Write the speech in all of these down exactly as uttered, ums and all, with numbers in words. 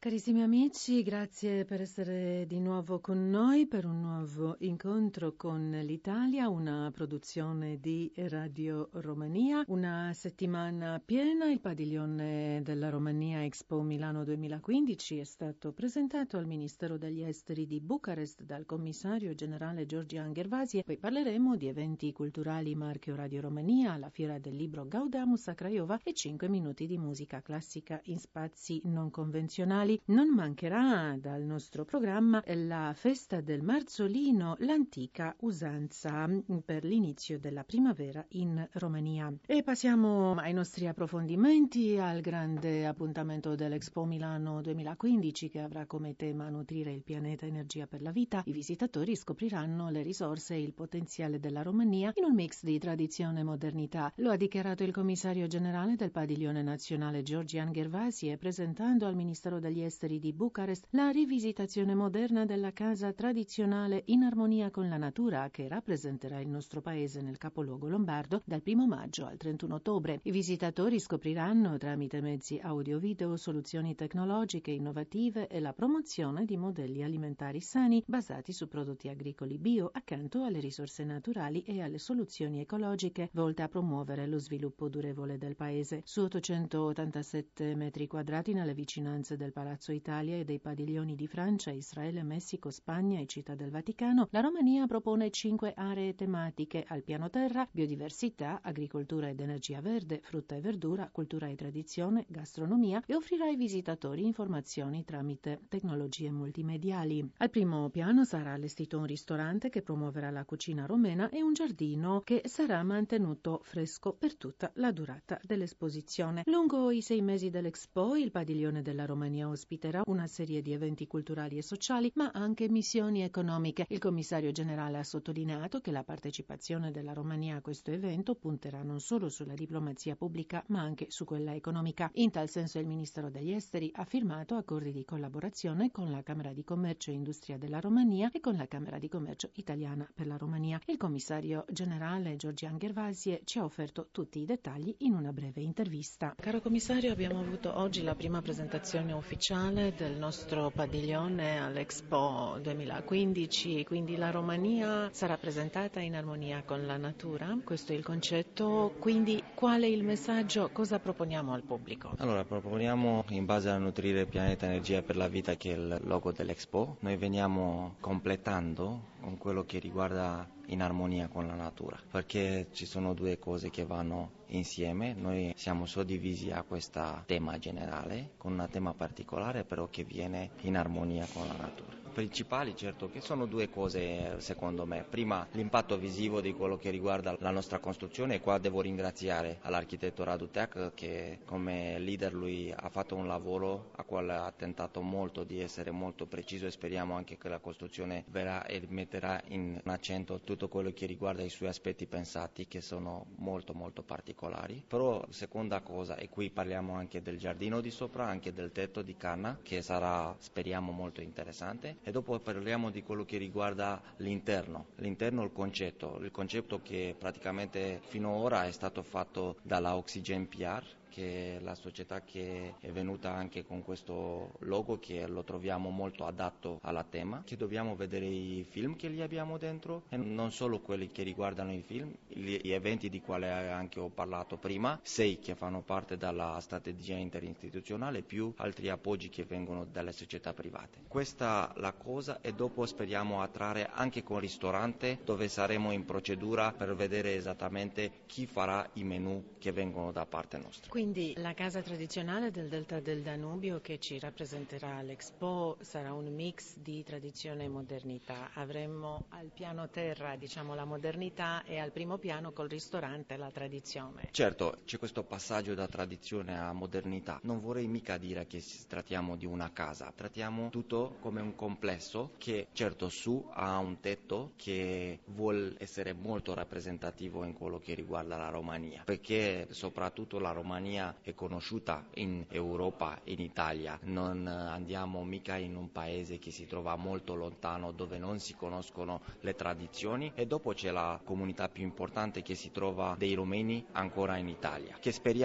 Carissimi amici, grazie per essere di nuovo con noi per un nuovo incontro con l'Italia, una produzione di Radio Romania, una settimana piena. Il padiglione della Romania Expo Milano duemilaquindici è stato presentato al Ministero degli Esteri di Bucarest dal commissario generale Georgian Gervasie. Poi parleremo di eventi culturali marchio Radio Romania, la fiera del libro Gaudeamus a Craiova e cinque minuti di musica classica in spazi non convenzionali. Non mancherà dal nostro programma la festa del Marzolino, l'antica usanza per l'inizio della primavera in Romania. E passiamo ai nostri approfondimenti, al grande appuntamento dell'Expo Milano duemilaquindici che avrà come tema nutrire il pianeta energia per la vita. I visitatori scopriranno le risorse e il potenziale della Romania in un mix di tradizione e modernità. Lo ha dichiarato il commissario generale del padiglione nazionale Georgian Gervasie presentando al Ministero degli Esteri di Bucarest la rivisitazione moderna della casa tradizionale in armonia con la natura che rappresenterà il nostro paese nel capoluogo lombardo dal primo maggio al trentuno ottobre. I visitatori scopriranno tramite mezzi audio-video soluzioni tecnologiche innovative e la promozione di modelli alimentari sani basati su prodotti agricoli bio accanto alle risorse naturali e alle soluzioni ecologiche volte a promuovere lo sviluppo durevole del paese. Su ottocentottantasette metri quadrati nelle vicinanze del Palazzo Italia e dei padiglioni di Francia, Israele, Messico, Spagna e Città del Vaticano, la Romania propone cinque aree tematiche al piano terra: biodiversità, agricoltura ed energia verde, frutta e verdura, cultura e tradizione, gastronomia, e offrirà ai visitatori informazioni tramite tecnologie multimediali. Al primo piano sarà allestito un ristorante che promuoverà la cucina romena e un giardino che sarà mantenuto fresco per tutta la durata dell'esposizione. Lungo i sei mesi dell'Expo, il padiglione della Romania ospiterà una serie di eventi culturali e sociali, ma anche missioni economiche. Il commissario generale ha sottolineato che la partecipazione della Romania a questo evento punterà non solo sulla diplomazia pubblica, ma anche su quella economica. In tal senso il Ministero degli Esteri ha firmato accordi di collaborazione con la Camera di Commercio e Industria della Romania e con la Camera di Commercio italiana per la Romania. Il commissario generale Georgian Gervasie ci ha offerto tutti i dettagli in una breve intervista. Caro commissario, abbiamo avuto oggi la prima presentazione ufficiale del nostro padiglione all'Expo duemilaquindici, quindi la Romania sarà presentata in armonia con la natura, questo è il concetto. Quindi qual è il messaggio, cosa proponiamo al pubblico? Allora, proponiamo in base a nutrire il pianeta energia per la vita, che è il logo dell'Expo. Noi veniamo completando con quello che riguarda in armonia con la natura, perché ci sono due cose che vanno insieme. Noi siamo suddivisi a questo tema generale con un tema particolare però che viene in armonia con la natura. Principali, certo, che sono due cose secondo me. Prima, l'impatto visivo di quello che riguarda la nostra costruzione, e qua devo ringraziare all'architetto Radu Teac che come leader lui ha fatto un lavoro a quale ha tentato molto di essere molto preciso, e speriamo anche che la costruzione verrà e metterà in accento tutto quello che riguarda i suoi aspetti pensati, che sono molto molto particolari. Però seconda cosa, e qui parliamo anche del giardino di sopra, anche del tetto di canna, che sarà, speriamo, molto interessante. E dopo parliamo di quello che riguarda l'interno, l'interno il concetto, il concetto che praticamente fino ad ora è stato fatto dalla Oxygen P R, che è la società che è venuta anche con questo logo, che lo troviamo molto adatto alla tema, che dobbiamo vedere i film che li abbiamo dentro, e non solo quelli che riguardano i film, gli eventi di quali anche ho parlato prima, sei che fanno parte della strategia interistituzionale, più altri appoggi che vengono dalle società private. Questa la cosa, e dopo speriamo attrarre anche con ristorante, dove saremo in procedura per vedere esattamente chi farà i menù che vengono da parte nostra. Quindi la casa tradizionale del Delta del Danubio che ci rappresenterà all'Expo sarà un mix di tradizione e modernità. Avremo al piano terra, diciamo, la modernità, e al primo piano col ristorante la tradizione. Certo, c'è questo passaggio da tradizione a modernità. Non vorrei mica dire che trattiamo di una casa, trattiamo tutto come un complesso che, certo, su ha un tetto che vuol essere molto rappresentativo in quello che riguarda la Romania, perché soprattutto la Romania è conosciuta in Europa, in Italia. Non andiamo mica in un paese che si trova molto lontano, dove non si conoscono le tradizioni, e dopo c'è la comunità più importante che si trova dei romeni ancora in Italia, che speriamo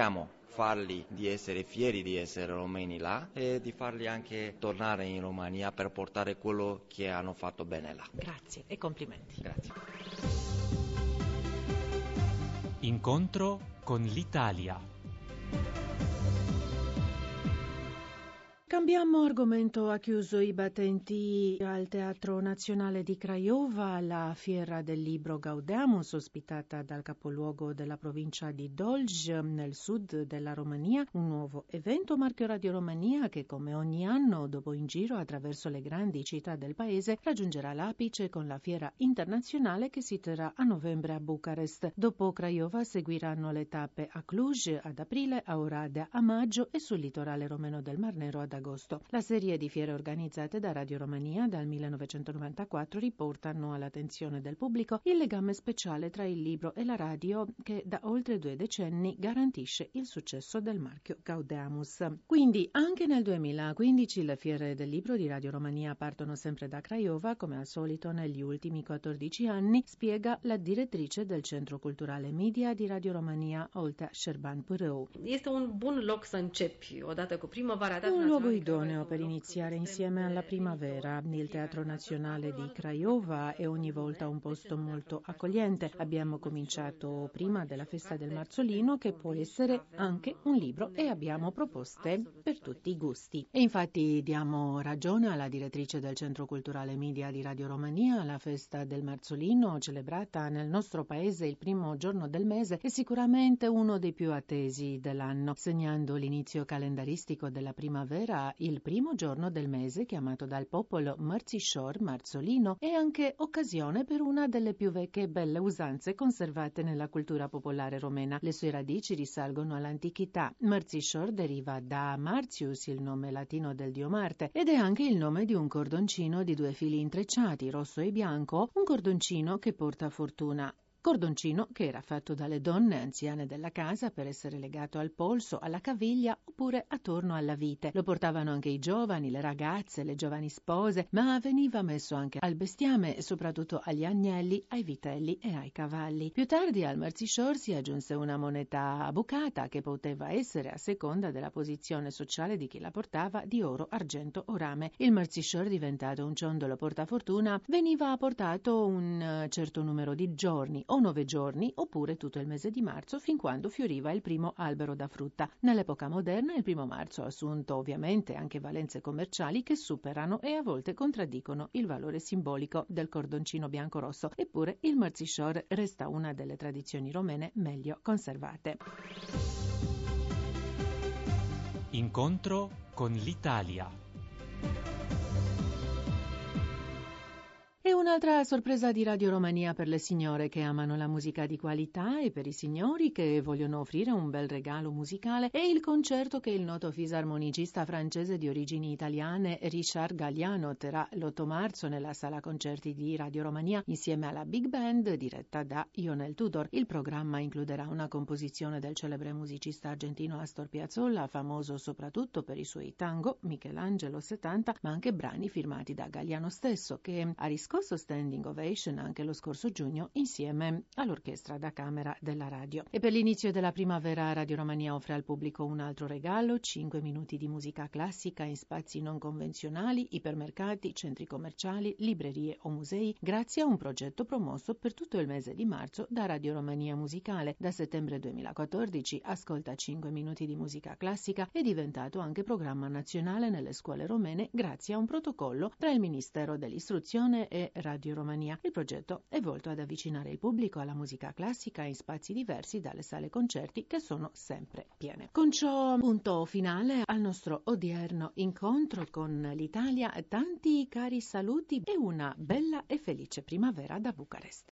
farli di essere fieri di essere romeni là e di farli anche tornare in Romania per portare quello che hanno fatto bene là. Grazie e complimenti. Grazie. Incontro con l'Italia. Cambiamo argomento. Ha chiuso i battenti al Teatro Nazionale di Craiova la Fiera del Libro Gaudeamus, ospitata dal capoluogo della provincia di Dolj, nel sud della Romania. Un nuovo evento marchio Radio Romania che, come ogni anno, dopo in giro attraverso le grandi città del paese, raggiungerà l'apice con la Fiera Internazionale che si terrà a novembre a Bucarest. Dopo Craiova seguiranno le tappe a Cluj ad aprile, a Oradea a maggio e sul litorale romeno del Mar Nero ad agosto. La serie di fiere organizzate da Radio Romania dal millenovecentonovantaquattro riportano all'attenzione del pubblico il legame speciale tra il libro e la radio che da oltre due decenni garantisce il successo del marchio Gaudeamus. Quindi anche nel duemilaquindici le fiere del libro di Radio Romania partono sempre da Craiova, come al solito negli ultimi quattordici anni, spiega la direttrice del Centro Culturale Media di Radio Romania, Oltea Șerban Pârâu. Este un bun loc să începi odată cu primăvara. Un luogo idoneo per iniziare insieme alla primavera. Il Teatro Nazionale di Craiova è ogni volta un posto molto accogliente. Abbiamo cominciato prima della festa del Marzolino, che può essere anche un libro, e abbiamo proposte per tutti i gusti. E infatti diamo ragione alla direttrice del Centro Culturale Media di Radio Romania. La festa del Marzolino, celebrata nel nostro paese il primo giorno del mese, è sicuramente uno dei più attesi dell'anno, segnando l'inizio calendaristico della primavera. Il primo giorno del mese, chiamato dal popolo Mărțișor, Marzolino, è anche occasione per una delle più vecchie e belle usanze conservate nella cultura popolare romena. Le sue radici risalgono all'antichità. Mărțișor deriva da Martius, il nome latino del dio Marte, ed è anche il nome di un cordoncino di due fili intrecciati, rosso e bianco, un cordoncino che porta fortuna. Cordoncino che era fatto dalle donne anziane della casa per essere legato al polso, alla caviglia oppure attorno alla vite. Lo portavano anche i giovani, le ragazze, le giovani spose, ma veniva messo anche al bestiame e soprattutto agli agnelli, ai vitelli e ai cavalli. Più tardi al Mărțișor si aggiunse una moneta bucata che poteva essere, a seconda della posizione sociale di chi la portava, di oro, argento o rame. Il Mărțișor, diventato un ciondolo portafortuna, veniva portato un certo numero di giorni, o nove giorni, oppure tutto il mese di marzo, fin quando fioriva il primo albero da frutta. Nell'epoca moderna il primo marzo ha assunto ovviamente anche valenze commerciali che superano e a volte contraddicono il valore simbolico del cordoncino bianco-rosso, eppure il Mărțișor resta una delle tradizioni romene meglio conservate. Incontro con l'Italia. E un'altra sorpresa di Radio Romania per le signore che amano la musica di qualità e per i signori che vogliono offrire un bel regalo musicale è il concerto che il noto fisarmonicista francese di origini italiane Richard Galliano terrà l'otto marzo nella sala concerti di Radio Romania insieme alla Big Band diretta da Ionel Tudor. Il programma includerà una composizione del celebre musicista argentino Astor Piazzolla, famoso soprattutto per i suoi tango Michelangelo settanta, ma anche brani firmati da Galliano stesso, che ha riscosso standing ovation anche lo scorso giugno insieme all'orchestra da camera della radio. E per l'inizio della primavera Radio Romania offre al pubblico un altro regalo: cinque minuti di musica classica in spazi non convenzionali, ipermercati, centri commerciali, librerie o musei, grazie a un progetto promosso per tutto il mese di marzo da Radio Romania Musicale. Da settembre duemilaquattordici Ascolta cinque minuti di musica classica è diventato anche programma nazionale nelle scuole romene grazie a un protocollo tra il Ministero dell'Istruzione e Radio Romania. Il progetto è volto ad avvicinare il pubblico alla musica classica in spazi diversi dalle sale concerti, che sono sempre piene. Con ciò punto finale al nostro odierno incontro con l'Italia, tanti cari saluti e una bella e felice primavera da Bucarest.